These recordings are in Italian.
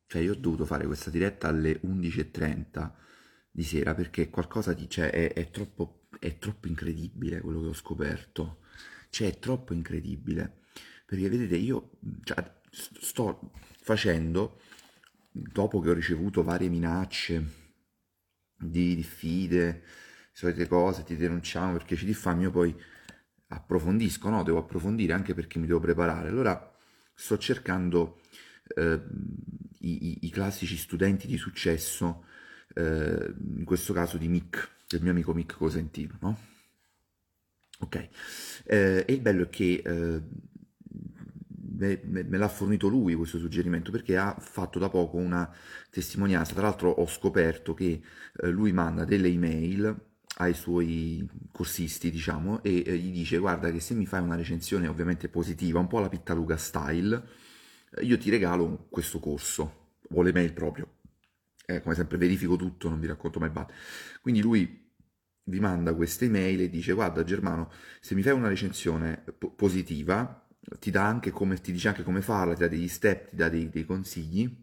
Cioè io ho dovuto fare questa diretta alle 11:30 di sera perché qualcosa di... cioè è troppo incredibile quello che ho scoperto. Cioè è troppo incredibile. Perché vedete, io cioè, sto facendo, dopo che ho ricevuto varie minacce di diffide, solite cose, ti denunciamo perché ci diffami, io poi approfondisco, no? Devo approfondire anche perché mi devo preparare. Allora sto cercando eh, i classici studenti di successo, in questo caso di Mick, del mio amico Mick Cosentino, no? Ok, e il bello è che me l'ha fornito lui questo suggerimento perché ha fatto da poco una testimonianza. Tra l'altro ho scoperto che lui manda delle email ai suoi corsisti, diciamo, e gli dice: guarda, che se mi fai una recensione ovviamente positiva, un po' alla Pittaluga style, io ti regalo questo corso, o le mail proprio. Come sempre verifico tutto, non vi racconto mai basta. Quindi lui vi manda queste email e dice: guarda Germano, se mi fai una recensione positiva, ti dà anche come, ti dice anche come farla, ti dà degli step, ti dà dei consigli.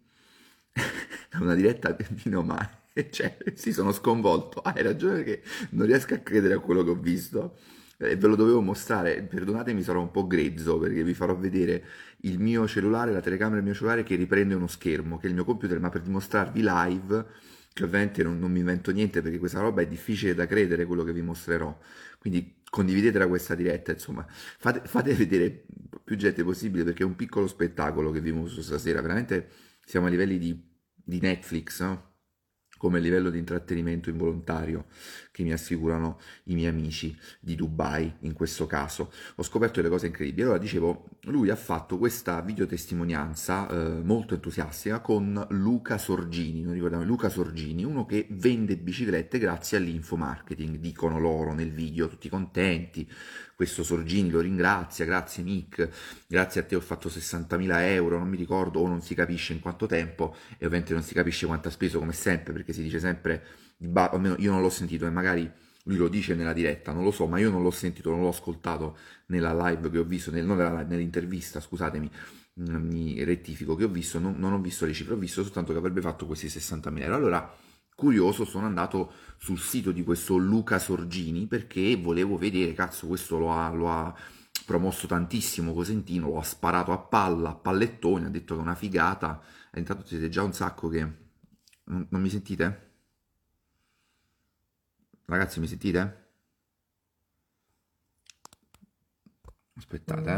È una diretta di no mai. Cioè, sì, sono sconvolto. Hai ragione che non riesco a credere a quello che ho visto. E ve lo dovevo mostrare. Perdonatemi, sarò un po' grezzo perché vi farò vedere il mio cellulare, la telecamera del mio cellulare che riprende uno schermo, che è il mio computer, ma per dimostrarvi live, che ovviamente non mi invento niente perché questa roba è difficile da credere quello che vi mostrerò. Quindi condividetela questa diretta, insomma, fate vedere più gente possibile perché è un piccolo spettacolo che vi mostro stasera. Veramente siamo a livelli di Netflix, no? Come livello di intrattenimento involontario che mi assicurano i miei amici di Dubai in questo caso. Ho scoperto delle cose incredibili. Allora, dicevo, lui ha fatto questa videotestimonianza molto entusiastica con Luca Sorgini, non ricordiamo, Luca Sorgini, uno che vende biciclette grazie all'infomarketing, dicono loro nel video, tutti contenti. Questo Sorgini lo ringrazia, grazie Nick, grazie a te ho fatto 60.000 euro, non mi ricordo o non si capisce in quanto tempo, e ovviamente non si capisce quanto ha speso come sempre perché si dice sempre, almeno io non l'ho sentito e magari lui lo dice nella diretta, non lo so, ma io non l'ho sentito, non l'ho ascoltato nella live che ho visto, non nella live, nell'intervista, scusatemi, mi rettifico, che ho visto, non ho visto le cifre, ho visto soltanto che avrebbe fatto questi 60.000 euro. Allora, curioso, sono andato sul sito di questo Luca Sorgini perché volevo vedere, cazzo, questo lo ha promosso tantissimo Cosentino, lo ha sparato a palla, a pallettoni, ha detto che è una figata, e intanto siete già un sacco che... non mi sentite? Ragazzi, mi sentite? Aspettate,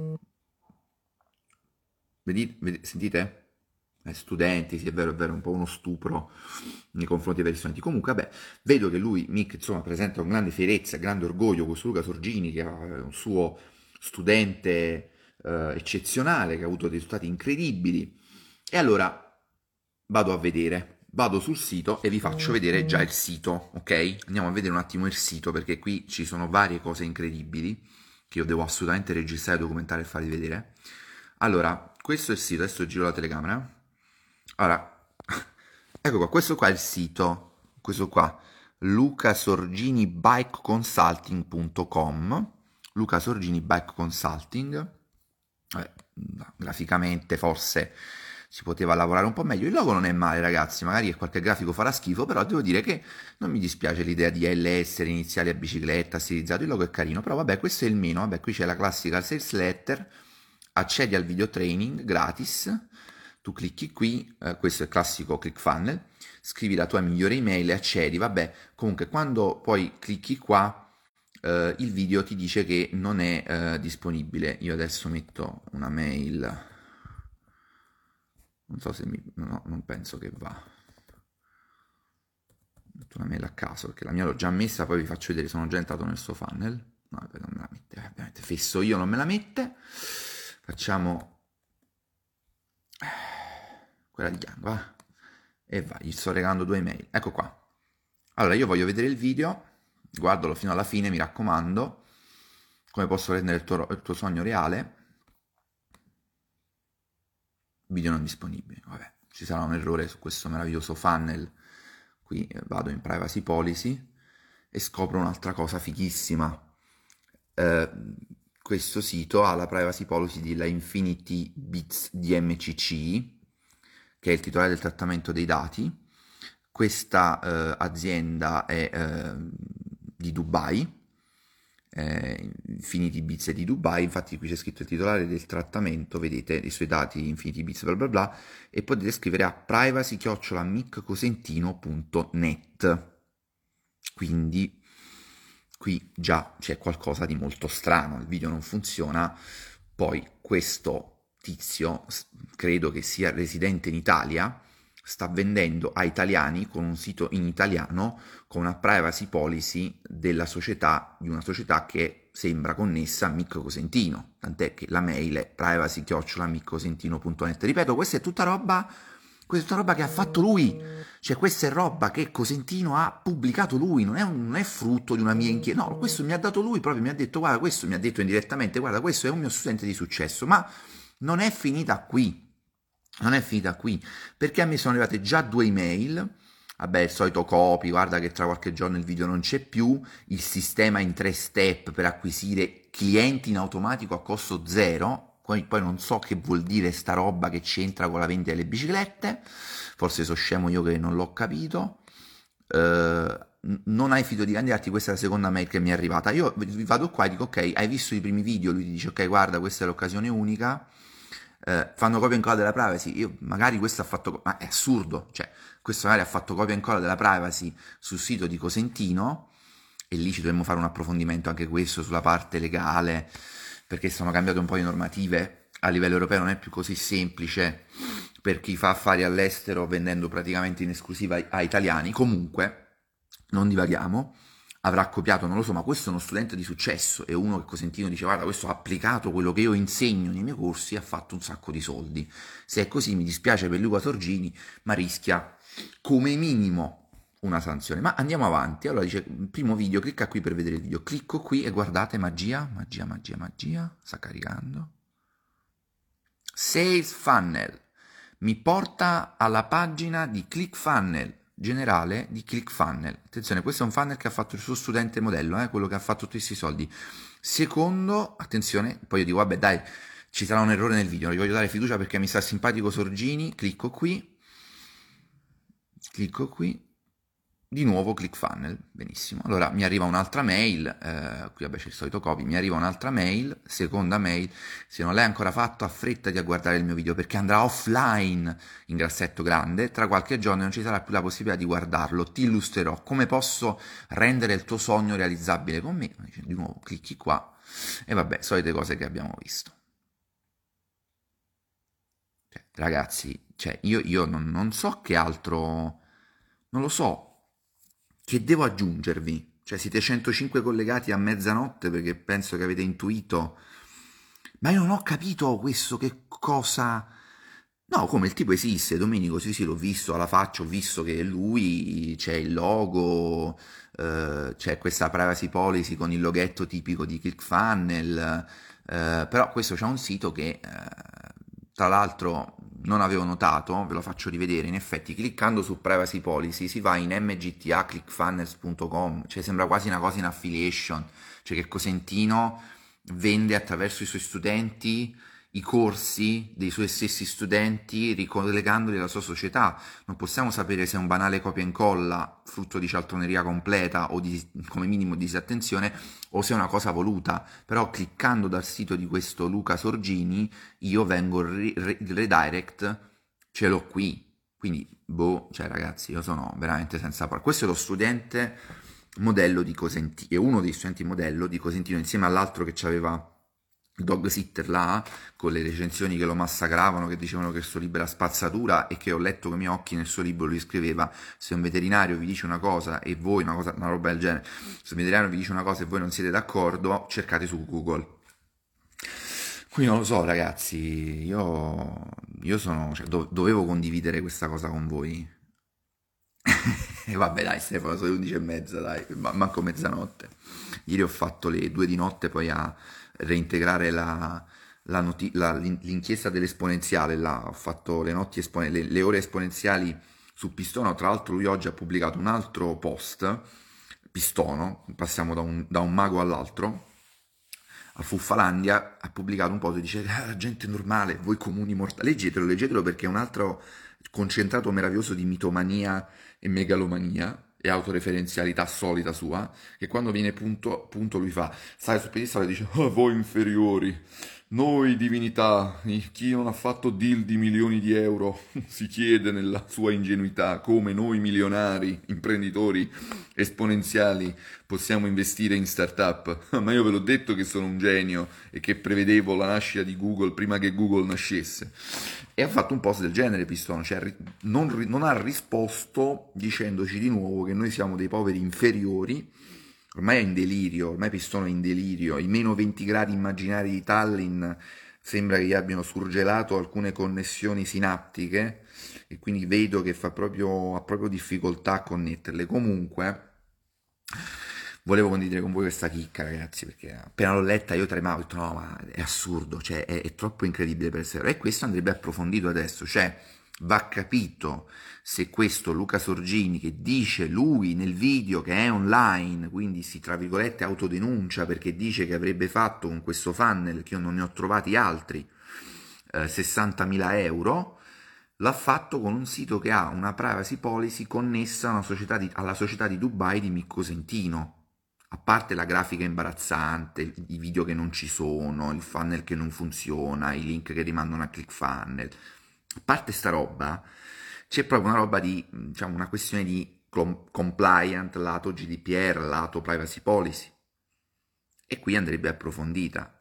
sentite? Studenti, sì, è vero, è un po' uno stupro nei confronti degli studenti. Comunque, vabbè, vedo che lui, Mick, insomma, presenta con grande fierezza, grande orgoglio questo Luca Sorgini, che è un suo studente eccezionale, che ha avuto dei risultati incredibili. E allora vado a vedere, vado sul sito e vi faccio vedere già il sito, ok? Andiamo a vedere un attimo il sito, perché qui ci sono varie cose incredibili che io devo assolutamente registrare, documentare e farvi vedere. Allora, questo è il sito, adesso giro la telecamera. Allora, ecco qua, questo qua è il sito, questo qua, lucasorginibikeconsulting.com, Luca Sorgini Bike Consulting. Graficamente forse si poteva lavorare un po' meglio. Il logo non è male, ragazzi, magari qualche grafico farà schifo, però devo dire che non mi dispiace l'idea di LS iniziali a bicicletta, stilizzato, il logo è carino, però vabbè, questo è il meno, vabbè, qui c'è la classica sales letter, accedi al video training gratis, tu clicchi qui, questo è il classico ClickFunnels, scrivi la tua migliore email e accedi, vabbè, comunque quando poi clicchi qua il video ti dice che non è disponibile. Io adesso metto una mail, non so se mi... no, non penso che va. Metto una mail a caso perché la mia l'ho già messa, poi vi faccio vedere, sono già entrato nel suo funnel. No, vabbè, non me la mette, ovviamente fesso io, non me la mette. Facciamo quella di Yang, va? E vai, gli sto regalando due email. Ecco qua. Allora, io voglio vedere il video, guardalo fino alla fine, mi raccomando. Come posso rendere il tuo sogno reale? Video non disponibile. Vabbè, ci sarà un errore su questo meraviglioso funnel. Qui vado in privacy policy e scopro un'altra cosa fighissima. Eh, Questo sito ha la privacy policy della Infinity Bits DMCC, che è il titolare del trattamento dei dati. Questa azienda è di Dubai, Infinity Bits è di Dubai, infatti qui c'è scritto il titolare del trattamento, vedete i suoi dati Infinity Bits bla bla bla, e potete scrivere a privacy@miccosentino.net. Quindi qui già c'è qualcosa di molto strano, il video non funziona, poi questo tizio, credo che sia residente in Italia, sta vendendo a italiani con un sito in italiano con una privacy policy della società, di una società che sembra connessa a Micco Cosentino, tant'è che la mail è privacy@miccosentino.net. Ripeto, questa è tutta roba che ha fatto lui, cioè questa è roba che Cosentino ha pubblicato lui, non è frutto di una mia inchiesta, no, questo mi ha dato lui, proprio mi ha detto, guarda, questo mi ha detto indirettamente, guarda, questo è un mio studente di successo, ma non è finita qui. Non è finita qui, perché a me sono arrivate già 2 email, vabbè, il solito copy, guarda che tra qualche giorno il video non c'è più, il sistema in 3 step per acquisire clienti in automatico a costo zero, poi non so che vuol dire sta roba che c'entra con la vendita delle biciclette, forse so scemo io che non l'ho capito. Non hai fido di candidarti, questa è la seconda mail che mi è arrivata. Io vado qua e dico ok, hai visto i primi video? Lui ti dice ok, guarda, questa è l'occasione unica. Fanno copia e incolla della privacy. Io magari questo ha fatto, ma è assurdo, cioè questo magari ha fatto copia e incolla della privacy sul sito di Cosentino, e lì ci dovremmo fare un approfondimento anche questo sulla parte legale, perché sono cambiate un po' di normative a livello europeo, non è più così semplice per chi fa affari all'estero vendendo praticamente in esclusiva a italiani. Comunque non divaghiamo, avrà copiato, non lo so, ma questo è uno studente di successo, è uno che Cosentino dice guarda, questo ha applicato quello che io insegno nei miei corsi e ha fatto un sacco di soldi. Se è così mi dispiace per Luca Sorgini, ma rischia come minimo una sanzione. Ma andiamo avanti, allora dice, primo video, clicca qui per vedere il video, clicco qui e guardate, magia, magia, magia, magia, sta caricando. Sales Funnel, mi porta alla pagina di ClickFunnels, generale di ClickFunnels. Attenzione, questo è un funnel che ha fatto il suo studente modello, quello che ha fatto tutti questi soldi. Secondo, attenzione, poi io dico, vabbè dai, ci sarà un errore nel video, non gli voglio dare fiducia perché mi sta simpatico Sorgini, clicco qui, di nuovo ClickFunnels, benissimo. Allora mi arriva un'altra mail, qui vabbè c'è il solito copy, mi arriva un'altra mail, seconda mail, se non l'hai ancora fatto affrettati a guardare il mio video perché andrà offline in grassetto grande, tra qualche giorno non ci sarà più la possibilità di guardarlo, ti illustrerò come posso rendere il tuo sogno realizzabile con me, di nuovo clicchi qua e vabbè, solite cose che abbiamo visto. Cioè, ragazzi, cioè, io non so che altro, non lo so, che devo aggiungervi? Cioè siete 105 collegati a mezzanotte perché penso che avete intuito. Ma io non ho capito questo che cosa... No, come il tipo esiste, Domenico, sì sì, l'ho visto alla faccia, ho visto che lui, c'è il logo, c'è questa privacy policy con il loghetto tipico di ClickFunnels, però questo c'è un sito che, tra l'altro, non avevo notato, ve lo faccio rivedere, in effetti cliccando su privacy policy si va in mgta-clickfunnels.com, cioè sembra quasi una cosa in affiliation, cioè che Cosentino vende attraverso i suoi studenti i corsi dei suoi stessi studenti ricollegandoli alla sua società. Non possiamo sapere se è un banale copia e incolla, frutto di cialtroneria completa o di, come minimo, disattenzione, o se è una cosa voluta. Però cliccando dal sito di questo Luca Sorgini io vengo redirect, ce l'ho qui. Quindi, boh, cioè ragazzi, io sono veramente senza parole. Questo è lo studente modello di Cosentino, è uno dei studenti modello di Cosentino, insieme all'altro che aveva il dog sitter là, con le recensioni che lo massacravano, che dicevano che il suo libro era spazzatura, e che ho letto con i miei occhi nel suo libro lui scriveva: se un veterinario vi dice una cosa e voi una roba del genere, se un veterinario vi dice una cosa e voi non siete d'accordo, cercate su Google. Qui non lo so ragazzi, io sono, cioè, dovevo condividere questa cosa con voi. E vabbè dai Stefano, sono le 11:30, dai, manco mezzanotte. Ieri ho fatto le 2 di notte poi a reintegrare l'inchiesta dell'esponenziale, là, ho fatto le, le ore esponenziali su Pistono. Tra l'altro lui oggi ha pubblicato un altro post, Pistono, passiamo da un mago all'altro, a Fuffalandia, ha pubblicato un post e dice: "Ah, gente normale, voi comuni mortali", leggetelo perché è un altro concentrato meraviglioso di mitomania e megalomania e autoreferenzialità solita sua, che quando viene punto lui fa, sale sul piedistallo e dice, "Ah, voi inferiori, noi divinità, chi non ha fatto deal di milioni di euro, si chiede nella sua ingenuità come noi milionari, imprenditori esponenziali, possiamo investire in startup. Ma io ve l'ho detto che sono un genio e che prevedevo la nascita di Google prima che Google nascesse." E ha fatto un post del genere Pistone, cioè non ha risposto dicendoci di nuovo che noi siamo dei poveri inferiori. Ormai è in delirio, ormai Pistone è in delirio. I meno 20 gradi immaginari di Tallinn sembra che gli abbiano surgelato alcune connessioni sinaptiche e quindi vedo che ha proprio difficoltà a connetterle. Comunque, volevo condividere con voi questa chicca, ragazzi, perché appena l'ho letta io tremavo, ho detto no, ma è assurdo, cioè è troppo incredibile per essere vero. E questo andrebbe approfondito adesso, cioè va capito se questo Luca Sorgini, che dice lui nel video che è online, quindi si tra virgolette autodenuncia perché dice che avrebbe fatto con questo funnel, che io non ne ho trovati altri, 60.000 euro, l'ha fatto con un sito che ha una privacy policy connessa alla società di Dubai di Micco Sentino. A parte la grafica imbarazzante, i video che non ci sono, il funnel che non funziona, i link che rimandano a ClickFunnels, a parte sta roba, c'è proprio una roba di, diciamo, una questione di compliant lato GDPR, lato privacy policy. E qui andrebbe approfondita.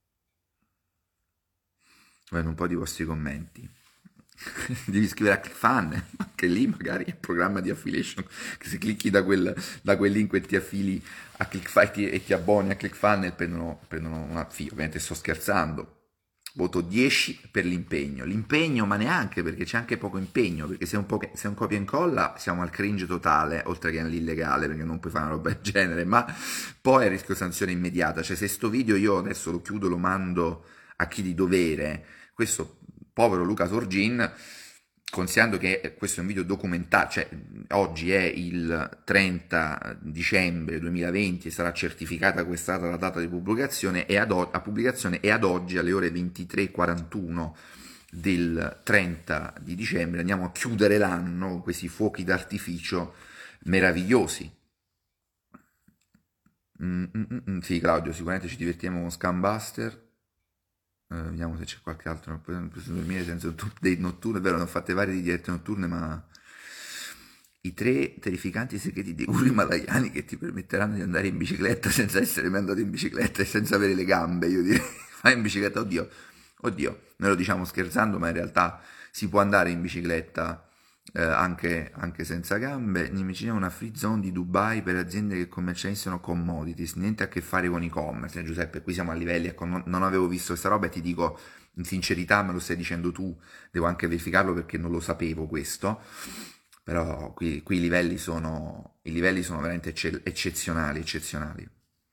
Vedo un po' di vostri commenti. Devi scrivere a ClickFunnels, che lì magari è il programma di affiliation, che se clicchi da quel link e ti affili a ClickFunnels e ti abboni a ClickFunnels prendono una fee. Ovviamente sto scherzando. Voto 10 per l'impegno. L'impegno, ma neanche, perché c'è anche poco impegno, perché se è un copia e incolla siamo al cringe totale, oltre che all'illegale, perché non puoi fare una roba del genere, ma poi è a rischio sanzione immediata. Cioè se sto video io adesso lo chiudo, lo mando a chi di dovere, questo povero Luca Sorgin, considerando che questo è un video documentario, cioè oggi è il 30 dicembre 2020 e sarà certificata questa data la data di pubblicazione e ad oggi alle ore 23:41 del 30 di dicembre andiamo a chiudere l'anno con questi fuochi d'artificio meravigliosi. Sì, Claudio, sicuramente ci divertiamo con Scambuster. Vediamo se c'è qualche altro. Non posso dormire senza un update notturno. È vero, ne ho fatte varie di dirette notturne, ma i 3 terrificanti segreti dei guru himalayani che ti permetteranno di andare in bicicletta senza essere mai andato in bicicletta e senza avere le gambe, io direi. Vai in bicicletta, oddio, noi lo diciamo scherzando, ma in realtà si può andare in bicicletta anche senza gambe. Immaginiamo una free zone di Dubai per aziende che commercializzano commodities, niente a che fare con e-commerce. Giuseppe, qui siamo a livelli, ecco, non avevo visto questa roba e ti dico in sincerità, me lo stai dicendo tu, devo anche verificarlo perché non lo sapevo questo, però qui i livelli sono veramente eccezionali, eccezionali.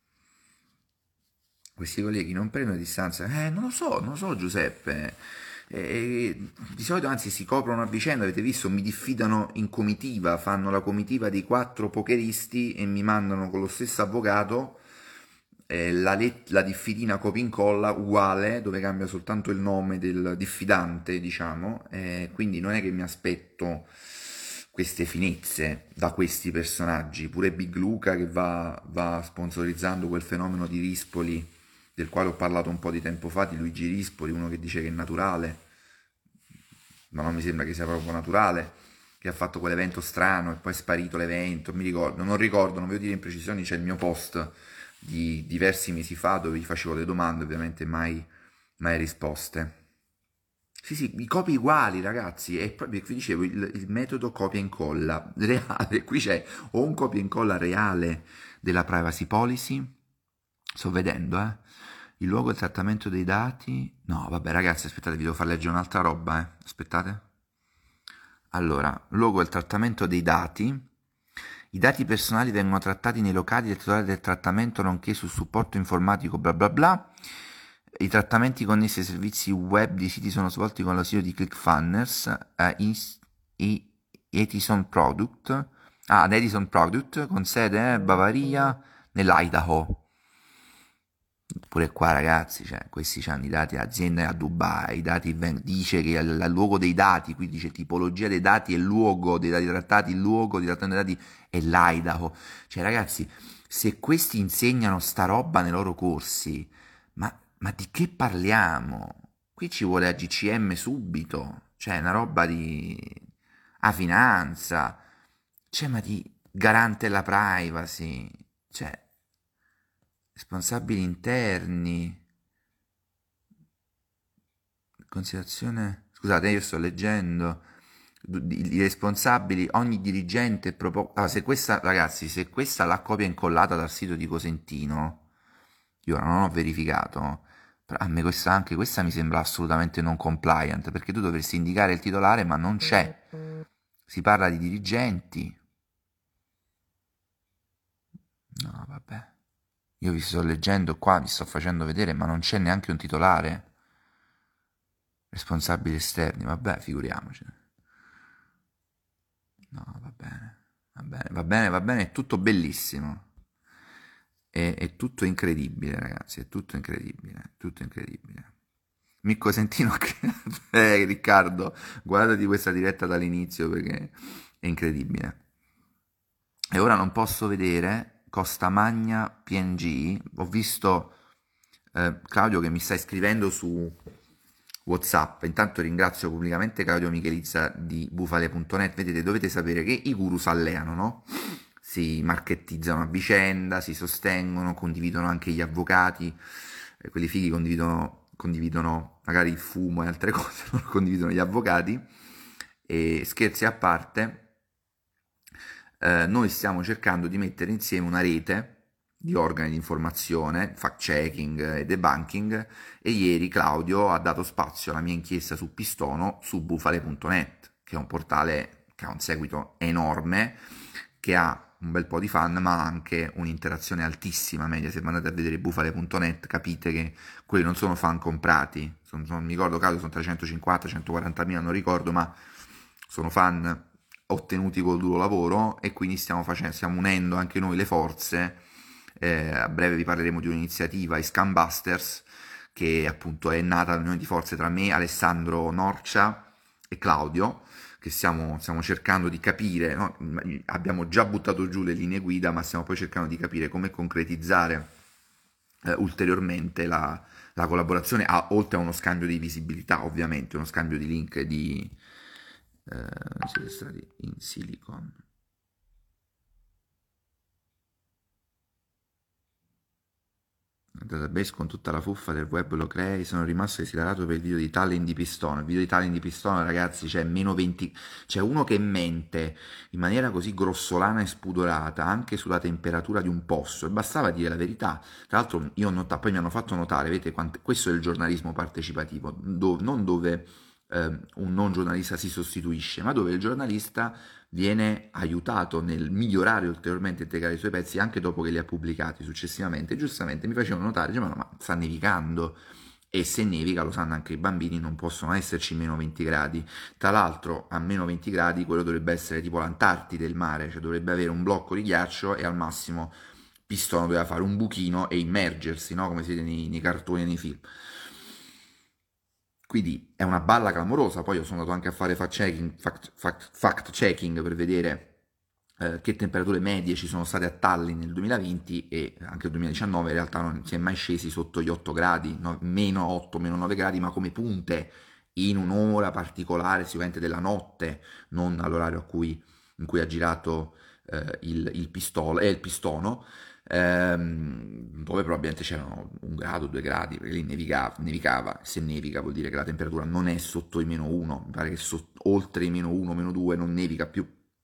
Questi colleghi non prendono distanza? Non lo so Giuseppe. Di solito anzi si coprono a vicenda, avete visto, mi diffidano in comitiva, fanno la comitiva dei 4 pokeristi e mi mandano con lo stesso avvocato la diffidina copia incolla uguale, dove cambia soltanto il nome del diffidante, diciamo, quindi non è che mi aspetto queste finezze da questi personaggi, pure Big Luca che va sponsorizzando quel fenomeno di Rispoli del quale ho parlato un po' di tempo fa, di Luigi Rispoli, uno che dice che è naturale, ma non mi sembra che sia proprio naturale, che ha fatto quell'evento strano e poi è sparito l'evento, non ricordo, non voglio dire imprecisioni, c'è il mio post di diversi mesi fa dove gli facevo le domande, ovviamente mai risposte. Sì, sì, i copi uguali, ragazzi, è proprio, vi dicevo, il metodo copia e incolla reale, qui c'è o un copia e incolla reale della privacy policy, sto vedendo, il luogo e il trattamento dei dati, no, vabbè, ragazzi, aspettate, vi devo far leggere un'altra roba, aspettate. Allora, luogo e il trattamento dei dati, i dati personali vengono trattati nei locali del titolare del trattamento, nonché sul supporto informatico, bla bla bla. I trattamenti connessi ai servizi web di siti sono svolti con l'ausilio di ClickFunnels, Edison Product, ad Edison Product, con sede Bavaria, nell'Idaho. Pure qua ragazzi, cioè, questi hanno i dati aziende a Dubai, i dati dice che il luogo dei dati, qui dice tipologia dei dati e luogo dei dati trattati, il luogo di trattamento dei dati è l'Idaho. Cioè ragazzi, se questi insegnano sta roba nei loro corsi, ma di che parliamo? Qui ci vuole AGCM subito, cioè una roba di a finanza, cioè ma di garante della privacy, cioè responsabili interni, considerazione, scusate, io sto leggendo, i responsabili, ogni dirigente se questa, ragazzi, se questa la copia incollata dal sito di Cosentino, io ora non ho verificato, però a me questa, anche questa mi sembra assolutamente non compliant, perché tu dovresti indicare il titolare, ma non c'è. Si parla di dirigenti. No, vabbè. Io vi sto leggendo qua, vi sto facendo vedere, ma non c'è neanche un titolare. Responsabili esterni, vabbè, figuriamoci. No, va bene, va bene, va bene, va bene, è tutto bellissimo. È tutto incredibile, ragazzi, è tutto incredibile, è tutto incredibile. Mirko Sentino, Riccardo, guardati questa diretta dall'inizio perché è incredibile. E ora non posso vedere Costa Magna PNG. Ho visto Claudio che mi sta scrivendo su WhatsApp. Intanto ringrazio pubblicamente Claudio Michelizza di bufale.net. Vedete, dovete sapere che i guru si alleano, no? Si marketizzano a vicenda, si sostengono, condividono anche gli avvocati. Quelli fighi condividono magari il fumo e altre cose, non condividono gli avvocati. E scherzi a parte, noi stiamo cercando di mettere insieme una rete di organi di informazione, fact-checking e debunking, e ieri Claudio ha dato spazio alla mia inchiesta su Pistono su bufale.net, che è un portale che ha un seguito enorme, che ha un bel po' di fan, ma anche un'interazione altissima media. Se andate a vedere bufale.net capite che quelli non sono fan comprati, non mi ricordo caso, sono 350, 140 mila, non ricordo, ma sono fan ottenuti col duro lavoro, e quindi stiamo unendo anche noi le forze. A breve vi parleremo di un'iniziativa, i Scambusters, che appunto è nata dall'unione di forze tra me, Alessandro Norcia e Claudio, che stiamo cercando di capire, no? Abbiamo già buttato giù le linee guida, ma stiamo poi cercando di capire come concretizzare ulteriormente la collaborazione, oltre a uno scambio di visibilità, ovviamente, uno scambio di link di siete stati in Silicon. Il database con tutta la fuffa del web lo crei, sono rimasto esilarato per il video di Tallinn di Pistono. Il video di Tallinn di Pistono, ragazzi, c'è meno 20, c'è uno che mente in maniera così grossolana e spudorata anche sulla temperatura di un posto, e bastava dire la verità. Tra l'altro poi mi hanno fatto notare, vedete, questo è il giornalismo partecipativo, non dove un non giornalista si sostituisce, ma dove il giornalista viene aiutato nel migliorare ulteriormente e integrare i suoi pezzi anche dopo che li ha pubblicati successivamente. Giustamente mi facevano notare, dicevano, ma sta nevicando, e se nevica, lo sanno anche i bambini, non possono esserci meno 20 gradi. Tra l'altro a meno 20 gradi quello dovrebbe essere tipo l'Antartide, il mare, cioè dovrebbe avere un blocco di ghiaccio e al massimo Pistono doveva fare un buchino e immergersi, no? Come si vede nei cartoni e nei film. Quindi è una balla clamorosa. Poi io sono andato anche a fare fact checking per vedere che temperature medie ci sono state a Tallinn nel 2020, e anche nel 2019 in realtà non si è mai scesi sotto gli 8 gradi, no? Meno 8, meno 9 gradi, ma come punte in un'ora particolare, sicuramente della notte, non all'orario in cui ha girato il pistono, dove probabilmente c'erano 1 grado, 2 gradi, perché lì nevicava. Se nevica vuol dire che la temperatura non è sotto i meno 1, mi pare che oltre i meno 1, meno 2 non nevica più.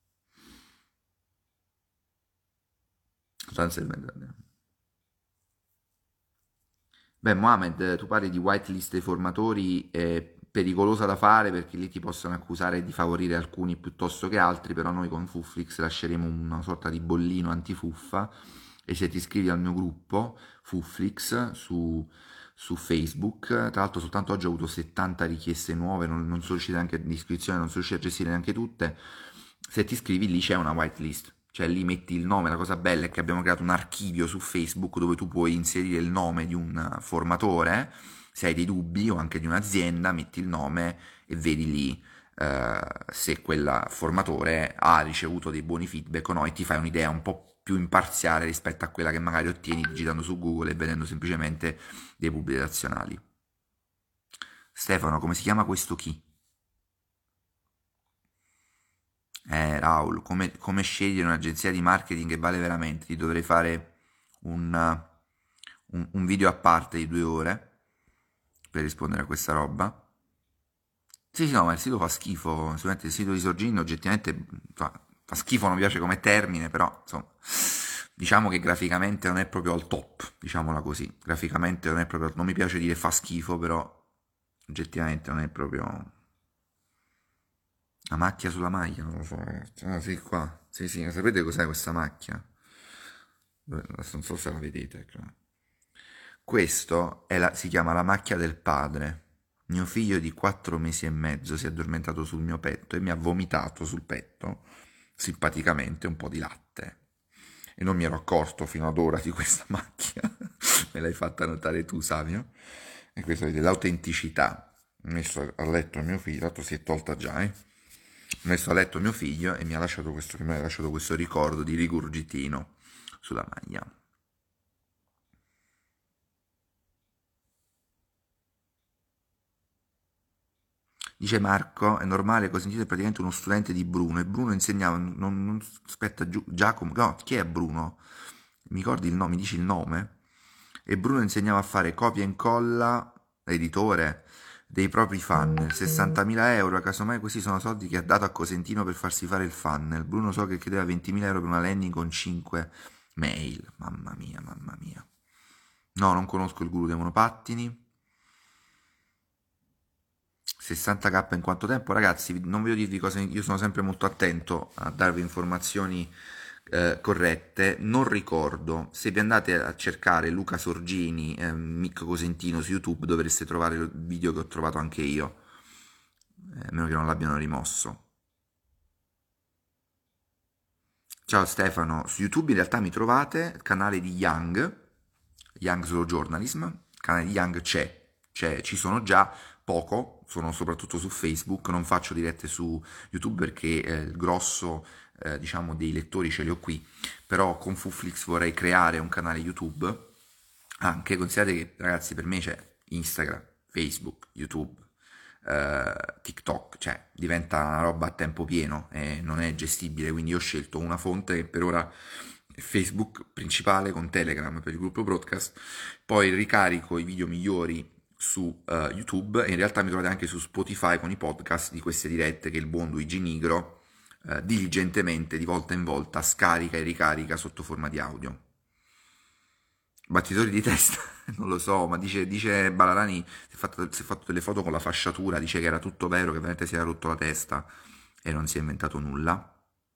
Beh, Mohamed, tu parli di whitelist dei formatori, è pericolosa da fare perché lì ti possono accusare di favorire alcuni piuttosto che altri, però noi con Fufflix lasceremo una sorta di bollino antifuffa, e se ti iscrivi al mio gruppo Fufflix su Facebook, tra l'altro soltanto oggi ho avuto 70 richieste nuove, non sono riuscite neanche di iscrizione, non sono riuscito a gestire neanche tutte. Se ti iscrivi lì c'è una whitelist, cioè lì metti il nome, la cosa bella è che abbiamo creato un archivio su Facebook dove tu puoi inserire il nome di un formatore, se hai dei dubbi o anche di un'azienda, metti il nome e vedi lì se quel formatore ha ricevuto dei buoni feedback o no e ti fai un'idea un po' più imparziale rispetto a quella che magari ottieni digitando su Google e vedendo semplicemente dei pubblici relazionali. Stefano, come si chiama questo chi? Raul, come scegliere un'agenzia di marketing che vale veramente? Ti dovrei fare un video a parte di 2 ore per rispondere a questa roba. Sì, sì, no, ma il sito fa schifo, sicuramente il sito di Sorgin oggettivamente fa schifo, non mi piace come termine, però insomma, diciamo che graficamente non è proprio al top, diciamola così, graficamente non è proprio, non mi piace dire fa schifo, però oggettivamente non è proprio la macchia sulla maglia, non lo so, ragazzi. Ah, sì, qua, sì, sì, sapete cos'è questa macchia? Adesso non so se la vedete, ecco. Questo si chiama la macchia del padre. Mio figlio di 4 mesi e mezzo si è addormentato sul mio petto e mi ha vomitato sul petto, simpaticamente, un po' di latte. E non mi ero accorto fino ad ora di questa macchia. Me l'hai fatta notare tu, Savio. E questo è l'autenticità. Ho messo a letto mio figlio, l'altro si è tolta già, eh. Ho messo a letto mio figlio e mi ha lasciato questo ricordo di rigurgitino sulla maglia. Dice Marco, è normale, Cosentino è praticamente uno studente di Bruno e Bruno insegnava, aspetta, Giacomo, no, chi è Bruno? Mi ricordi il nome, mi dici il nome? E Bruno insegnava a fare copia e incolla, editore, dei propri funnel, 60.000 euro, casomai questi sono soldi che ha dato a Cosentino per farsi fare il funnel. Bruno so che chiedeva 20.000 euro per una landing con 5 mail, mamma mia, mamma mia. No, non conosco il guru dei monopattini. 60k in quanto tempo? Ragazzi, non voglio dirvi cose, io sono sempre molto attento a darvi informazioni corrette. Non ricordo, se vi andate a cercare Luca Sorgini, Mick Cosentino su YouTube dovreste trovare il video che ho trovato anche io, a meno che non l'abbiano rimosso. Ciao Stefano, su YouTube in realtà mi trovate, il canale di Young Slow Journalism, il canale di Young ci sono già, poco, sono soprattutto su Facebook, non faccio dirette su YouTube perché il grosso, diciamo, dei lettori ce li ho qui, però con Fuflix vorrei creare un canale YouTube, anche considerate che ragazzi per me c'è Instagram, Facebook, YouTube, TikTok, cioè diventa una roba a tempo pieno e non è gestibile, quindi ho scelto una fonte che per ora è Facebook principale con Telegram per il gruppo broadcast, poi ricarico i video migliori su YouTube e in realtà mi trovate anche su Spotify con i podcast di queste dirette che il buon Luigi Nigro diligentemente di volta in volta scarica e ricarica sotto forma di audio. Battitori di testa, non lo so, ma dice Balarani, si è fatto delle foto con la fasciatura, dice che era tutto vero, che veramente si era rotto la testa e non si è inventato nulla.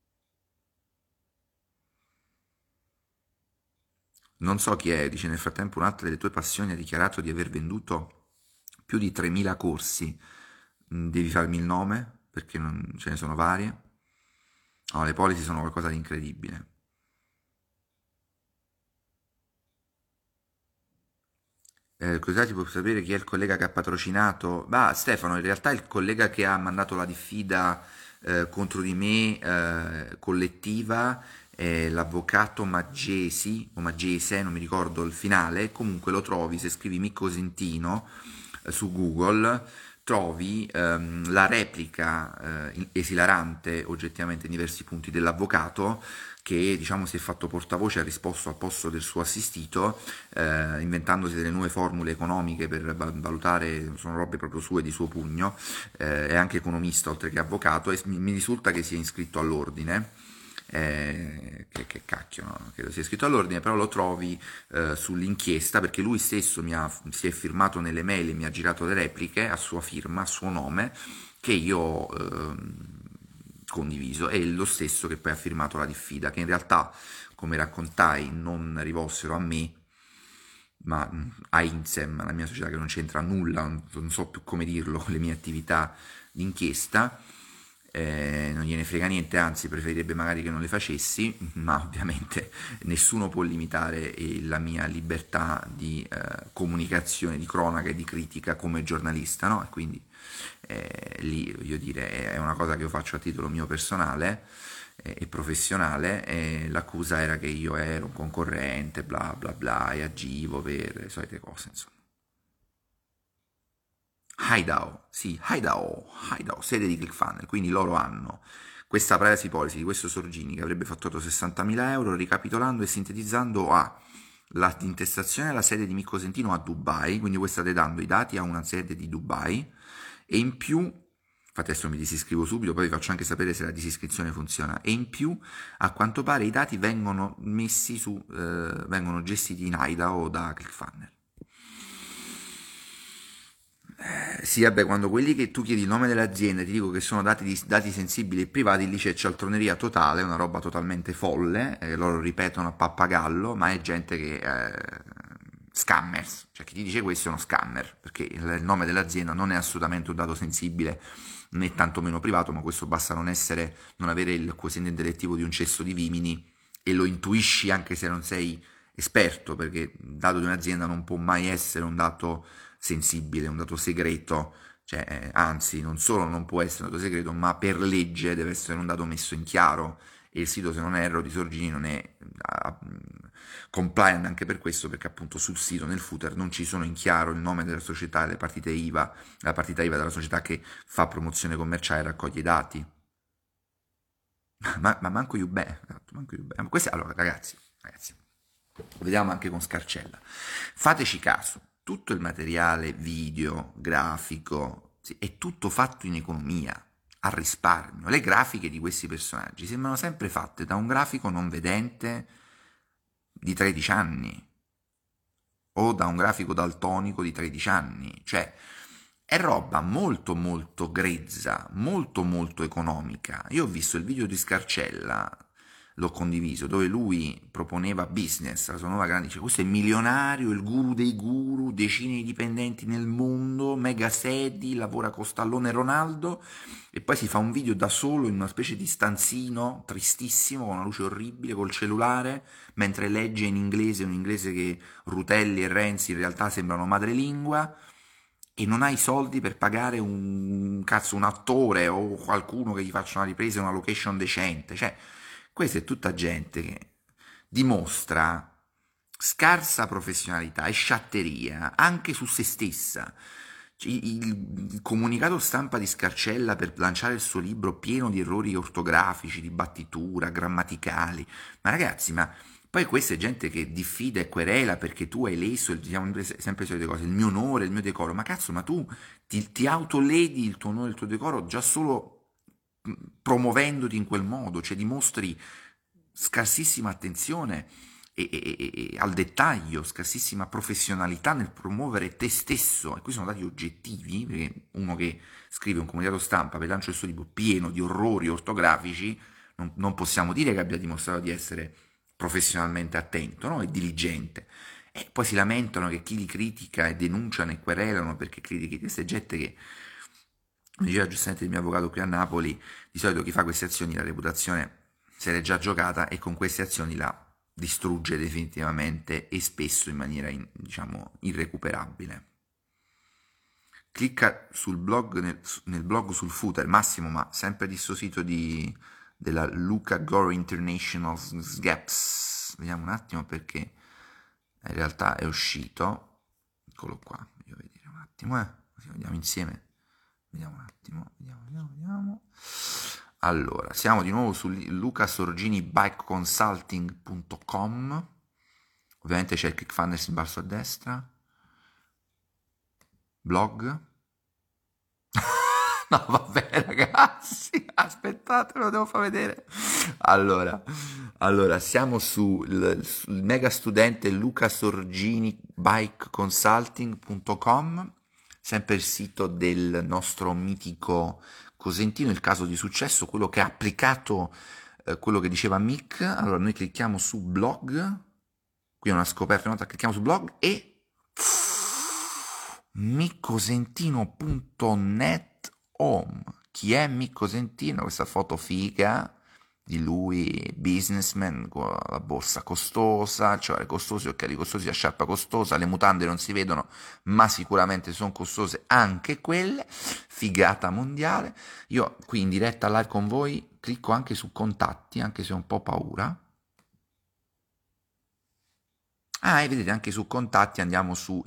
Non so chi è, dice nel frattempo un'altra delle tue passioni ha dichiarato di aver venduto più di 3.000 corsi. Devi farmi il nome, perché ce ne sono varie. No, le polisi sono qualcosa di incredibile. Cos'è ti può sapere chi è il collega che ha patrocinato? Bah, Stefano, in realtà il collega che ha mandato la diffida contro di me collettiva è l'avvocato Maggesi o Maggese, non mi ricordo il finale. Comunque lo trovi se scrivi Micco Sentino su Google, trovi la replica esilarante oggettivamente in diversi punti dell'avvocato che diciamo si è fatto portavoce, ha risposto al posto del suo assistito, inventandosi delle nuove formule economiche per valutare, sono robe proprio sue di suo pugno, è anche economista oltre che avvocato e mi risulta che sia iscritto all'ordine. Che cacchio, no? Credo sia iscritto all'ordine, però lo trovi sull'inchiesta perché lui stesso si è firmato nelle mail e mi ha girato le repliche a sua firma, a suo nome, che io ho condiviso, è lo stesso che poi ha firmato la diffida, che in realtà, come raccontai, non rivolsero a me, ma a Insem, la mia società che non c'entra nulla, non so più come dirlo, con le mie attività d'inchiesta, non gliene frega niente, anzi preferirebbe magari che non le facessi, ma ovviamente nessuno può limitare la mia libertà di comunicazione, di cronaca e di critica come giornalista, no? E quindi lì, voglio dire, è una cosa che io faccio a titolo mio personale e professionale, e l'accusa era che io ero un concorrente, bla bla bla, e agivo per le solite cose, insomma. Hideout, sì, Hideout, sede di ClickFunnels, quindi loro hanno questa privacy policy di questo Sorgini che avrebbe fatturato 60.000 euro, ricapitolando e sintetizzando ha l'intestazione alla sede di Mick Cosentino a Dubai, quindi voi state dando i dati a una sede di Dubai e in più, infatti adesso mi disiscrivo subito, poi vi faccio anche sapere se la disiscrizione funziona, e in più a quanto pare i dati vengono messi vengono gestiti in Hideout da ClickFunnels. Sì, vabbè, quando quelli che tu chiedi il nome dell'azienda ti dico che sono dati sensibili e privati, lì c'è cialtroneria totale, una roba totalmente folle, loro ripetono a pappagallo, ma è gente che... scammers, cioè chi ti dice questo è uno scammer, perché il nome dell'azienda non è assolutamente un dato sensibile né tantomeno privato, ma questo basta non avere il quoziente intellettivo di un cesso di vimini e lo intuisci anche se non sei esperto, perché il dato di un'azienda non può mai essere un dato sensibile, un dato segreto, cioè, anzi, non solo non può essere un dato segreto, ma per legge deve essere un dato messo in chiaro, e il sito, se non erro, di Sorgini non è compliant anche per questo, perché appunto sul sito, nel footer, non ci sono in chiaro il nome della società e le partite IVA, la partita IVA della società che fa promozione commerciale e raccoglie i dati. Ma manco Ubè, esatto, manco Ubè. Allora, ragazzi, vediamo anche con Scarcella. Fateci caso, tutto il materiale video, grafico, sì, è tutto fatto in economia, a risparmio. Le grafiche di questi personaggi sembrano sempre fatte da un grafico non vedente di 13 anni o da un grafico daltonico di 13 anni, cioè è roba molto molto grezza, molto molto economica. Io ho visto il video di Scarcella, l'ho condiviso, dove lui proponeva business, la sua nuova grande, dice questo è milionario, il guru dei guru, decine di dipendenti nel mondo, mega sedi, lavora con Stallone e Ronaldo, e poi si fa un video da solo in una specie di stanzino tristissimo, con una luce orribile, col cellulare, mentre legge in inglese, un inglese che Rutelli e Renzi in realtà sembrano madrelingua, e non hai i soldi per pagare un attore o qualcuno che gli faccia una ripresa, una location decente. Cioè, questa è tutta gente che dimostra scarsa professionalità e sciatteria anche su se stessa. Cioè, il comunicato stampa di Scarcella per lanciare il suo libro pieno di errori ortografici, di battitura, grammaticali. Ma ragazzi, ma poi questa è gente che diffida e querela perché tu hai leso, diciamo sempre le solite cose, il mio onore, il mio decoro. Ma cazzo, ma tu ti autoledi il tuo onore, il tuo decoro già solo promuovendoti in quel modo, cioè dimostri scarsissima attenzione e al dettaglio, scarsissima professionalità nel promuovere te stesso, e qui sono dati oggettivi, perché uno che scrive un comunicato stampa per lancio del suo libro pieno di orrori ortografici, non possiamo dire che abbia dimostrato di essere professionalmente attento, no? E diligente. E poi si lamentano che chi li critica e denunciano e querelano perché critichi queste gente che, come diceva giustamente il mio avvocato qui a Napoli, di solito chi fa queste azioni la reputazione se l'è già giocata e con queste azioni la distrugge definitivamente e spesso in maniera, diciamo, irrecuperabile. Clicca sul blog, nel blog sul footer, Massimo, ma sempre di sto sito della Luca Gore International Gaps. Vediamo un attimo perché in realtà è uscito. Eccolo qua, voglio vedere un attimo, così vediamo insieme. Vediamo un attimo, vediamo. Allora, siamo di nuovo su lucasorginibikeconsulting.com. Ovviamente c'è il ClickFunnels in basso a destra. Blog. No, vabbè, ragazzi, aspettate, lo devo far vedere. Allora, siamo sul mega studente lucasorginibikeconsulting.com, sempre il sito del nostro mitico Cosentino, il caso di successo, quello che ha applicato quello che diceva Mick. Allora, noi clicchiamo su blog, qui è una scoperta nota, clicchiamo su blog e miccosentino.net home, Chi è Micco Sentino? Questa foto figa di lui, businessman, con la borsa costosa, cioè costosi, occhiali costosi, la sciarpa costosa, le mutande non si vedono, ma sicuramente sono costose anche quelle, figata mondiale. Io qui in diretta live con voi clicco anche su contatti, anche se ho un po' paura. Ah, e vedete anche su contatti andiamo su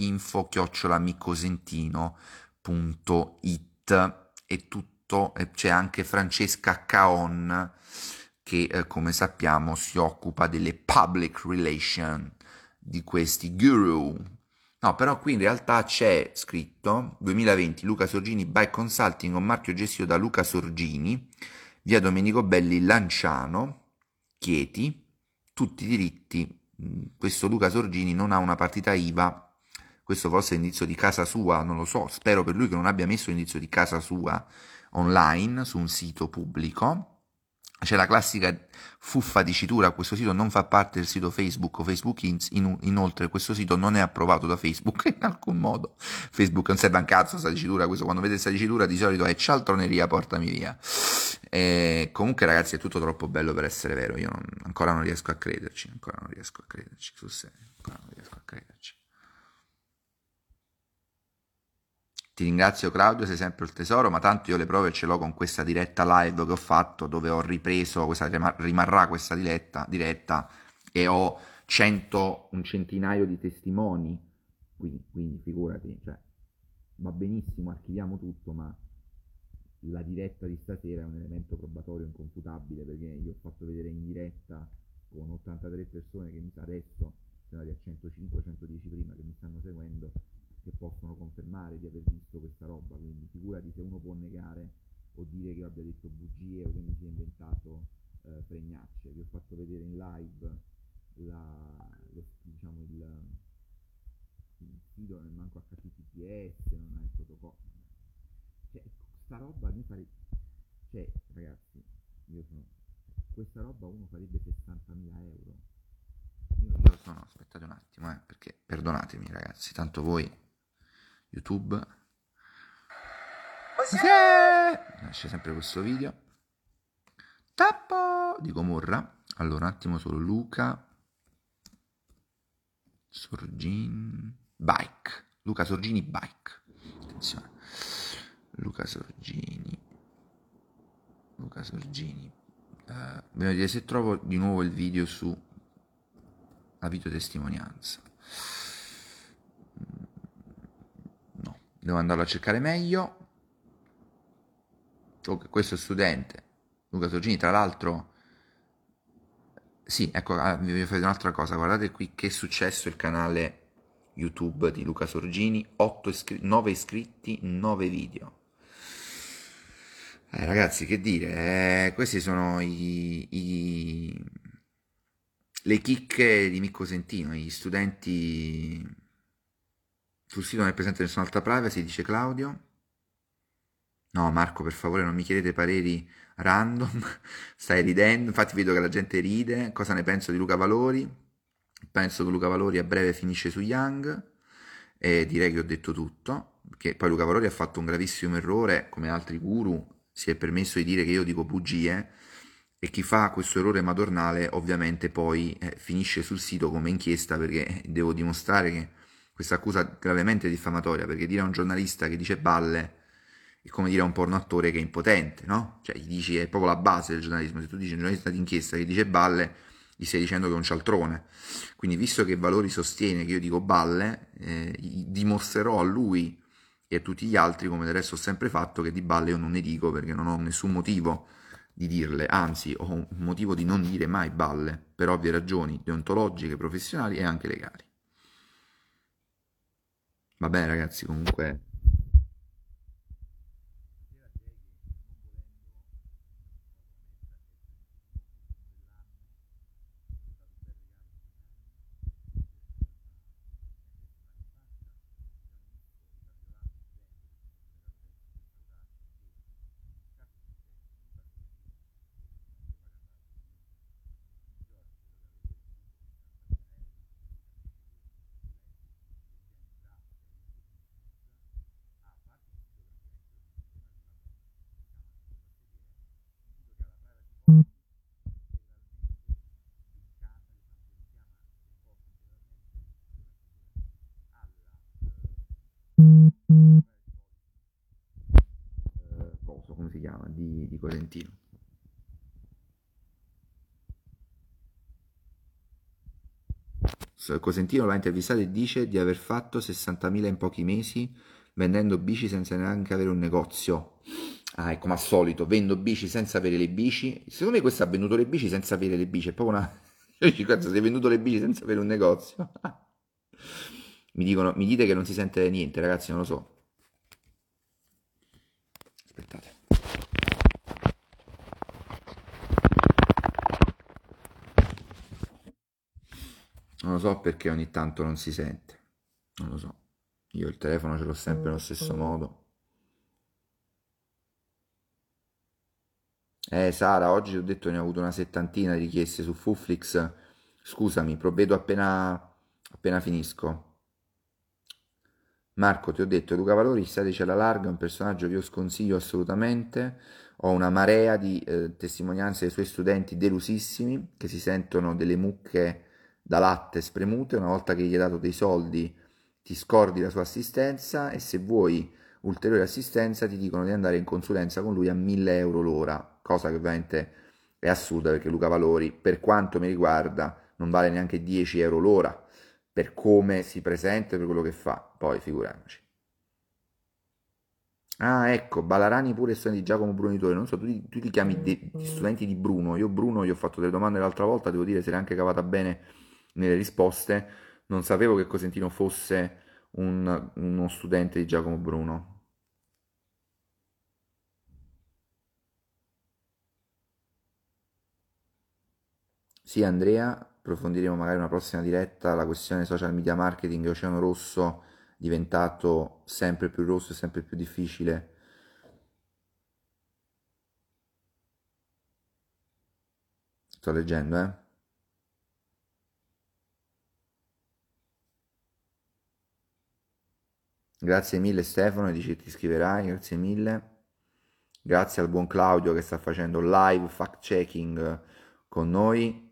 info@miccosentino.it e tutto, c'è anche Francesca Caon che come sappiamo si occupa delle public relation di questi guru. No, però qui in realtà c'è scritto 2020 Luca Sorgini by Consulting, un marchio gestito da Luca Sorgini, via Domenico Belli, Lanciano, Chieti, tutti i diritti. Questo Luca Sorgini non ha una partita IVA, questo forse è l'indizio di casa sua, non lo so, spero per lui che non abbia messo l'indizio di casa sua online su un sito pubblico. C'è la classica fuffa dicitura, questo sito non fa parte del sito Facebook o Facebook inoltre questo sito non è approvato da Facebook in alcun modo. Facebook non serve a un cazzo questa dicitura, questo quando vede questa dicitura di solito è cialtroneria, portami via. Comunque ragazzi è tutto troppo bello per essere vero, io ancora non riesco a crederci, sul serio, ancora non riesco a crederci. Ti ringrazio Claudio, sei sempre il tesoro, ma tanto io le prove ce l'ho con questa diretta live che ho fatto, dove ho ripreso, questa rimarrà questa diretta e ho un centinaio di testimoni, quindi figurati, cioè, va benissimo, archiviamo tutto, ma la diretta di stasera è un elemento probatorio inconfutabile, perché io ho fatto vedere in diretta con 83 persone che mi sa adesso, siamo andati a 105-110 prima che mi stanno seguendo, che possono confermare di aver visto questa roba, quindi figurati se uno può negare o dire che io abbia detto bugie o che mi sia inventato fregnacce. Vi ho fatto vedere in live diciamo il sito, non manco HTTPS, non ha il protocollo. Cioè, sta roba mi fare... Cioè, ragazzi, io sono... Questa roba uno farebbe 60.000 euro. Io sono... Aspettate un attimo, perché perdonatemi ragazzi, tanto voi YouTube c'è sempre questo video tappo di Gomorra. Allora un attimo solo, Luca Sorgini Bike, attenzione, Luca Sorgini Dobbiamo vedere se trovo di nuovo il video su la videotestimonianza. No, devo andarlo a cercare meglio. Questo studente Luca Sorgini, tra l'altro, sì, ecco, vi voglio fare un'altra cosa, guardate qui che è successo il canale YouTube di Luca Sorgini, 9 iscritti, 9 video. Ragazzi, che dire, questi sono le chicche di Micco Sentino, gli studenti. Sul sito non è presente nessun'altra privacy, dice Claudio. No, Marco, per favore, non mi chiedete pareri random. Stai ridendo. Infatti, vedo che la gente ride. Cosa ne penso di Luca Valori? Penso che Luca Valori a breve finisce su Young. E direi che ho detto tutto. Che poi Luca Valori ha fatto un gravissimo errore, come altri guru. Si è permesso di dire che io dico bugie. E chi fa questo errore madornale, ovviamente, poi finisce sul sito come inchiesta perché devo dimostrare che questa accusa è gravemente diffamatoria. Perché dire a un giornalista che dice balle è come dire a un porno attore che è impotente, no? Cioè, gli dici, è proprio la base del giornalismo. Se tu dici a un giornalista d'inchiesta che dice balle, gli stai dicendo che è un cialtrone. Quindi, visto che Valori sostiene che io dico balle, dimostrerò a lui e a tutti gli altri, come del resto ho sempre fatto, che di balle io non ne dico perché non ho nessun motivo di dirle, anzi ho un motivo di non dire mai balle, per ovvie ragioni deontologiche, professionali e anche legali. Va bene ragazzi, comunque... si chiama, di Cosentino. Cosentino l'ha intervistato e dice di aver fatto 60.000 in pochi mesi vendendo bici senza neanche avere un negozio. Ah, ecco, ma al solito, vendo bici senza avere le bici. Secondo me questo ha venduto le bici senza avere le bici, è proprio una... Io ci penso, si è venduto le bici senza avere un negozio. Mi dicono, mi dite che non si sente niente, ragazzi, non lo so. Aspettate. Non lo so perché ogni tanto non si sente. Non lo so. Io il telefono ce l'ho sempre allo stesso modo. Sara, oggi ti ho detto ne ho avuto una settantina di richieste su Fuflix. Scusami, provvedo appena finisco. Marco, ti ho detto, Luca Valori, stateci alla larga, è un personaggio che io sconsiglio assolutamente. Ho una marea di testimonianze dei suoi studenti delusissimi che si sentono delle mucche da latte spremute. Una volta che gli hai dato dei soldi, ti scordi la sua assistenza e se vuoi ulteriore assistenza ti dicono di andare in consulenza con lui a 1.000 euro l'ora, cosa che ovviamente è assurda perché Luca Valori, per quanto mi riguarda, non vale neanche 10 euro l'ora per come si presenta e per quello che fa. Poi figuriamoci. Ah, ecco, Balarani pure studenti di Giacomo Brunitore. Non so, tu ti chiami studenti di Bruno. Io Bruno gli ho fatto delle domande l'altra volta, devo dire, se l'è anche cavata bene nelle risposte. Non sapevo che Cosentino fosse uno studente di Giacomo Bruno. Sì, Andrea, approfondiremo magari una prossima diretta la questione social media marketing e Oceano Rosso diventato sempre più rosso e sempre più difficile. Sto leggendo, eh. Grazie mille Stefano, dici che ti scriverai, grazie mille. Grazie al buon Claudio che sta facendo live fact checking con noi.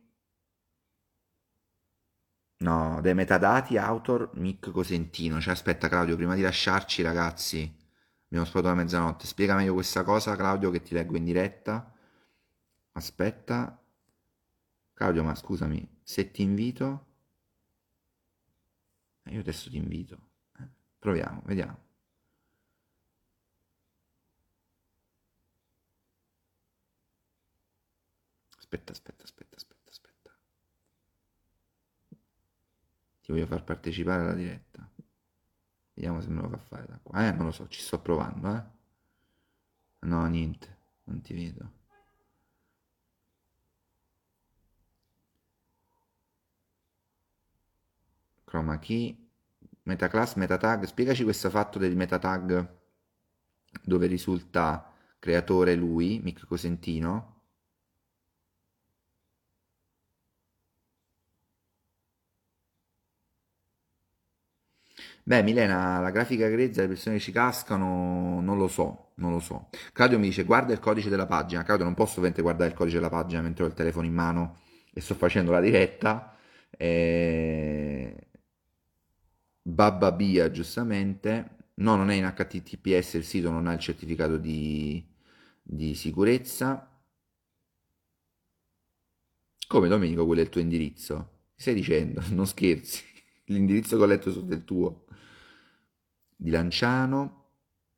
No, dei metadati author Mick Cosentino. Cioè, aspetta Claudio, prima di lasciarci ragazzi, abbiamo sparato la mezzanotte. Spiega meglio questa cosa Claudio che ti leggo in diretta. Aspetta. Claudio, ma scusami, se ti invito... io adesso ti invito. Proviamo, vediamo. Aspetta. Ti voglio far partecipare alla diretta. Vediamo se me lo fa fare da qua. Non lo so, ci sto provando, eh. No, niente, non ti vedo. Chroma key, metaclass, metatag. Spiegaci questo fatto del metatag dove risulta creatore lui, Mick Cosentino. Beh, Milena, la grafica grezza, le persone che ci cascano, non lo so, non lo so. Claudio mi dice, guarda il codice della pagina. Claudio, non posso ovviamente guardare il codice della pagina mentre ho il telefono in mano e sto facendo la diretta. Babba Bia, giustamente. No, non è in HTTPS, il sito non ha il certificato di sicurezza. Come Domenico, quello è il tuo indirizzo? Che stai dicendo? Non scherzi. L'indirizzo che ho letto sotto il tuo. Di Lanciano.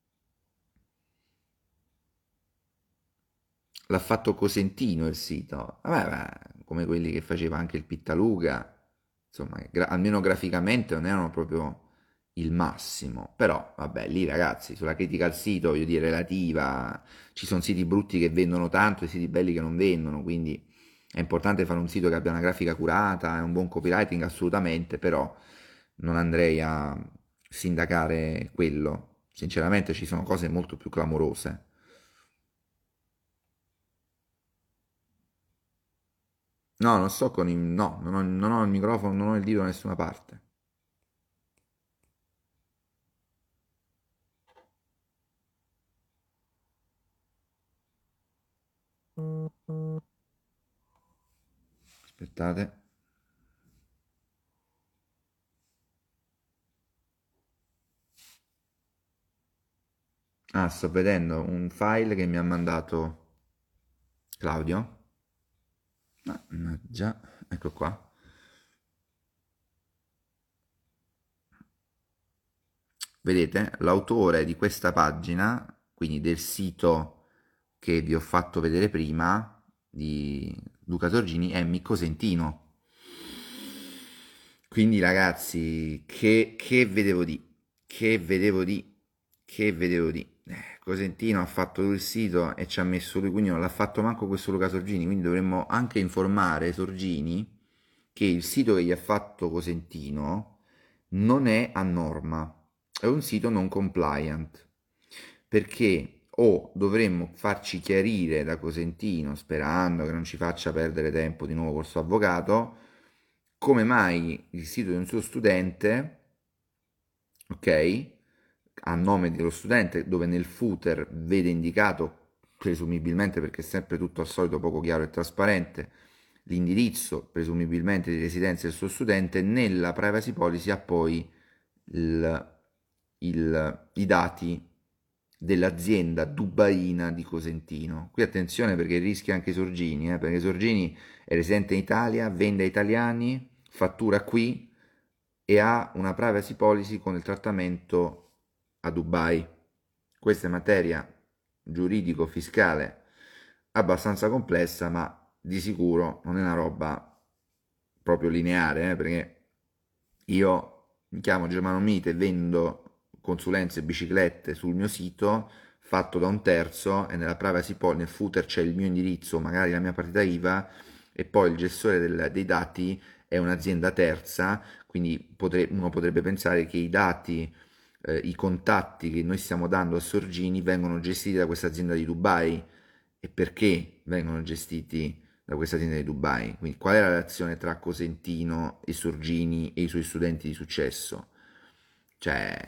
L'ha fatto Cosentino il sito. Vabbè, come quelli che faceva anche il Pittaluga. Insomma, almeno graficamente non erano proprio il massimo. Però, vabbè, lì ragazzi, sulla critica al sito, voglio dire, relativa, ci sono siti brutti che vendono tanto e siti belli che non vendono, quindi è importante fare un sito che abbia una grafica curata e un buon copywriting, assolutamente, però non andrei a sindacare quello. Sinceramente ci sono cose molto più clamorose. No, non sto con il... No, non ho il microfono, non ho il dito da nessuna parte. Aspettate. Ah, sto vedendo un file che mi ha mandato Claudio. Già, ecco qua. Vedete, l'autore di questa pagina, quindi del sito che vi ho fatto vedere prima, di Luca Sorgini, è Micco Sentino. Quindi ragazzi, che vedevo di? Che vedevo di? Che vedevo di? Cosentino ha fatto lui il sito e ci ha messo lui, quindi non l'ha fatto manco questo Luca Sorgini, quindi dovremmo anche informare Sorgini che il sito che gli ha fatto Cosentino non è a norma, è un sito non compliant, perché o dovremmo farci chiarire da Cosentino, sperando che non ci faccia perdere tempo di nuovo col suo avvocato, come mai il sito di un suo studente, ok, a nome dello studente, dove nel footer vede indicato, presumibilmente perché è sempre tutto al solito poco chiaro e trasparente, l'indirizzo presumibilmente di residenza del suo studente, nella privacy policy ha poi il- i dati dell'azienda dubaina di Cosentino. Qui attenzione perché rischia anche i Sorgini, perché Sorgini è residente in Italia, vende ai italiani, fattura qui e ha una privacy policy con il trattamento a Dubai. Questa è materia giuridico-fiscale abbastanza complessa, ma di sicuro non è una roba proprio lineare, perché io mi chiamo Germano Mite e vendo consulenze e biciclette sul mio sito fatto da un terzo e nella privacy policy, nel footer c'è il mio indirizzo, magari la mia partita IVA e poi il gestore dei dati è un'azienda terza, quindi uno potrebbe pensare che i dati, i contatti che noi stiamo dando a Sorgini vengono gestiti da questa azienda di Dubai. E perché vengono gestiti da questa azienda di Dubai? Quindi qual è la relazione tra Cosentino e Sorgini e i suoi studenti di successo? Cioè,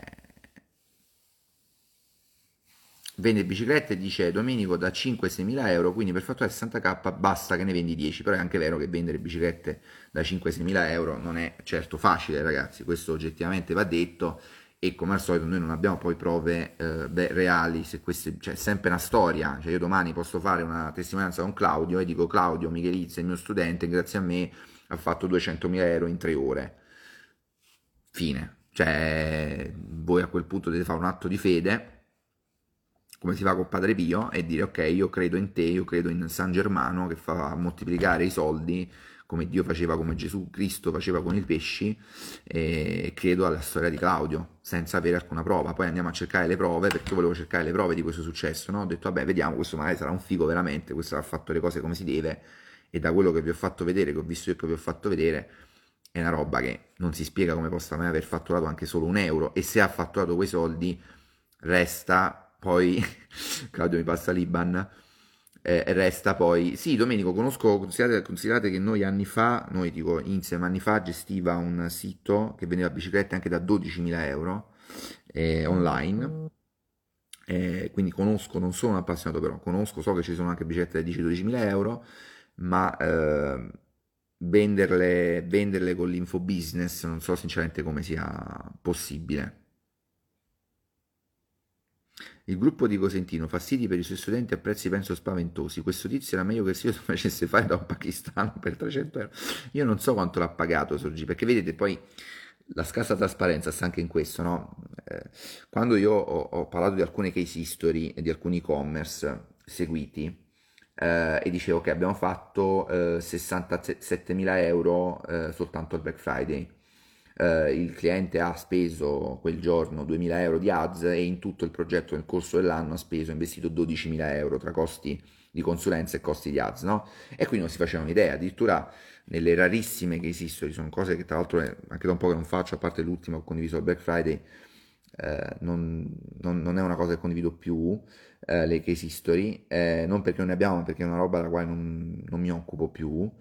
vende biciclette e dice Domenico da 5-6 mila euro, quindi per fatturare 60k basta che ne vendi 10, però è anche vero che vendere biciclette da 5-6 mila euro non è certo facile, ragazzi, questo oggettivamente va detto e come al solito noi non abbiamo poi prove reali, se queste, cioè è sempre una storia, cioè io domani posso fare una testimonianza con Claudio e dico Claudio Michelizzi è il mio studente, grazie a me ha fatto 200.000 euro in 3 ore, fine, cioè voi a quel punto dovete fare un atto di fede come si fa con Padre Pio e dire ok, io credo in te, io credo in San Germano che fa moltiplicare i soldi come Dio faceva, come Gesù Cristo faceva con i pesci e credo alla storia di Claudio senza avere alcuna prova. Poi andiamo a cercare le prove perché io volevo cercare le prove di questo successo, no? Ho detto vabbè vediamo, questo magari sarà un figo veramente, questo ha fatto le cose come si deve e da quello che vi ho fatto vedere, che ho visto io che vi ho fatto vedere, è una roba che non si spiega come possa mai aver fatturato anche solo un euro e se ha fatturato quei soldi resta poi, Claudio mi passa l'Iban, resta poi, sì Domenico conosco, considerate che noi anni fa, noi dico insieme anni fa, gestiva un sito che vendeva biciclette anche da 12.000 euro online, quindi conosco, non sono un appassionato però, conosco, so che ci sono anche biciclette da 10-12 mila euro, ma venderle con l'infobusiness non so sinceramente come sia possibile. Il gruppo di Cosentino fa siti per i suoi studenti a prezzi penso spaventosi. Questo tizio era meglio che il sito lo facesse fare da un pakistano per 300 euro. Io non so quanto l'ha pagato Sorgi, perché vedete poi la scarsa trasparenza sta anche in questo, no? Quando io ho parlato di alcune case history e di alcuni e-commerce seguiti, e dicevo che abbiamo fatto 67.000 euro soltanto al Black Friday. Il cliente ha speso quel giorno 2.000 euro di ads e in tutto il progetto nel corso dell'anno ha investito 12.000 euro tra costi di consulenza e costi di ads, no? E quindi non si faceva un'idea, addirittura nelle rarissime case history, sono cose che tra l'altro anche da un po' che non faccio, a parte l'ultima che ho condiviso al Black Friday, non è una cosa che condivido più, le case history, non perché non ne abbiamo, ma perché è una roba della quale non mi occupo più,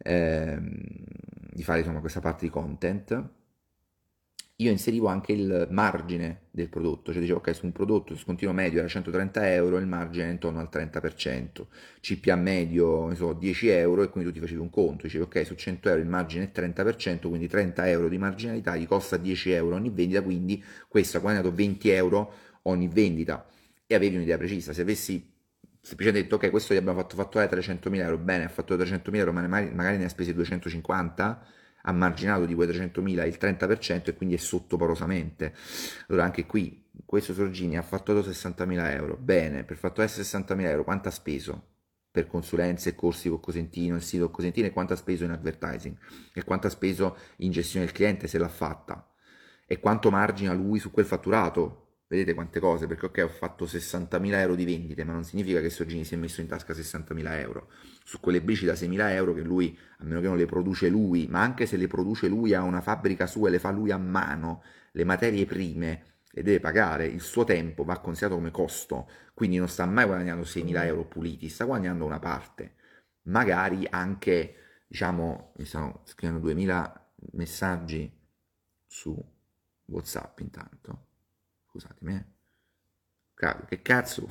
di fare insomma questa parte di content. Io inserivo anche il margine del prodotto, cioè dicevo ok, su un prodotto su continuo medio era 130 euro, il margine è intorno al 30%, CPA medio, ne so, 10 euro e quindi tu ti facevi un conto, dicevi ok, su 100 euro il margine è 30%, quindi 30 euro di marginalità gli costa 10 euro ogni vendita, quindi questo ha guadagnato 20 euro ogni vendita. e avevi un'idea precisa. Se avessi semplicemente detto, ok, questo gli abbiamo fatto fatturare 300.000 euro, bene, ha fatto 300.000 euro, ma magari ne ha spesi 250, ha marginato di quei 300.000 il 30% e quindi è sotto porosamente. Allora anche qui, questo Sorgini ha fatturato 60.000 euro, bene, per fatturare 60.000 euro quanto ha speso? Per consulenze, corsi con Cosentino, il sito Cosentino e quanto ha speso in advertising e quanto ha speso in gestione del cliente se l'ha fatta e quanto margina lui su quel fatturato. Vedete quante cose, perché ok, ho fatto 60.000 euro di vendite, ma non significa che Sorgini si è messo in tasca 60.000 euro. Su quelle bici da 6.000 euro che lui, a meno che non le produce lui, ma anche se le produce lui, ha una fabbrica sua e le fa lui a mano, le materie prime, e deve pagare, il suo tempo va considerato come costo, quindi non sta mai guadagnando 6.000 euro puliti, sta guadagnando una parte. Magari anche, diciamo, mi stanno scrivendo 2.000 messaggi su WhatsApp intanto. Scusatemi, eh. Che cazzo?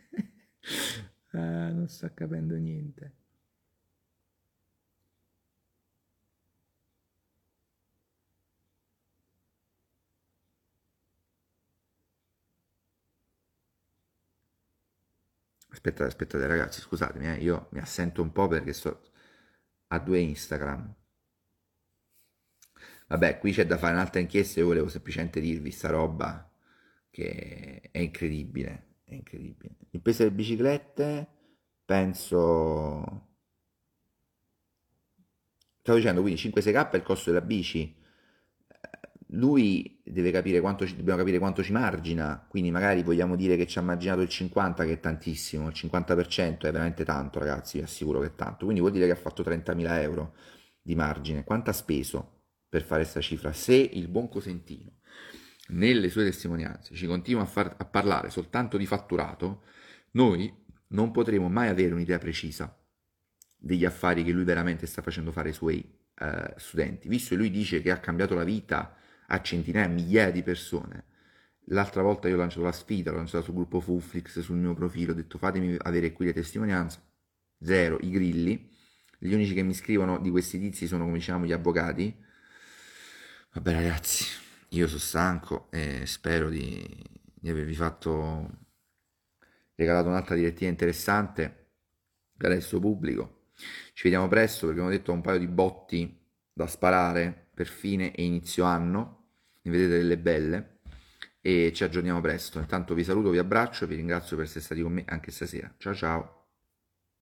Non sto capendo niente. Aspettate ragazzi, scusatemi, io mi assento un po' perché sto a due Instagram. Vabbè, qui c'è da fare un'altra inchiesta, io volevo semplicemente dirvi sta roba che è incredibile, è incredibile. Il peso delle biciclette, penso. Stavo dicendo, quindi 5-6K è il costo della bici. Lui deve capire dobbiamo capire quanto ci margina, quindi magari vogliamo dire che ci ha marginato il 50, che è tantissimo, il 50% è veramente tanto, ragazzi, vi assicuro che è tanto. Quindi vuol dire che ha fatto 30.000 euro di margine. Quanto ha speso per fare questa cifra? Se il buon Cosentino, nelle sue testimonianze, ci continua a parlare soltanto di fatturato, noi non potremo mai avere un'idea precisa degli affari che lui veramente sta facendo fare ai suoi studenti, visto che lui dice che ha cambiato la vita a centinaia, migliaia di persone. L'altra volta io ho lanciato la sfida, l'ho lanciata sul gruppo Fuflix, sul mio profilo, ho detto fatemi avere qui le testimonianze, zero, i grilli, gli unici che mi scrivono di questi tizi sono come diciamo gli avvocati. Vabbè ragazzi, io sono stanco e spero di avervi fatto regalato un'altra direttiva interessante per adesso pubblico. Ci vediamo presto perché abbiamo detto un paio di botti da sparare per fine e inizio anno, ne vedete delle belle e ci aggiorniamo presto. Intanto vi saluto, vi abbraccio e vi ringrazio per essere stati con me anche stasera. Ciao ciao!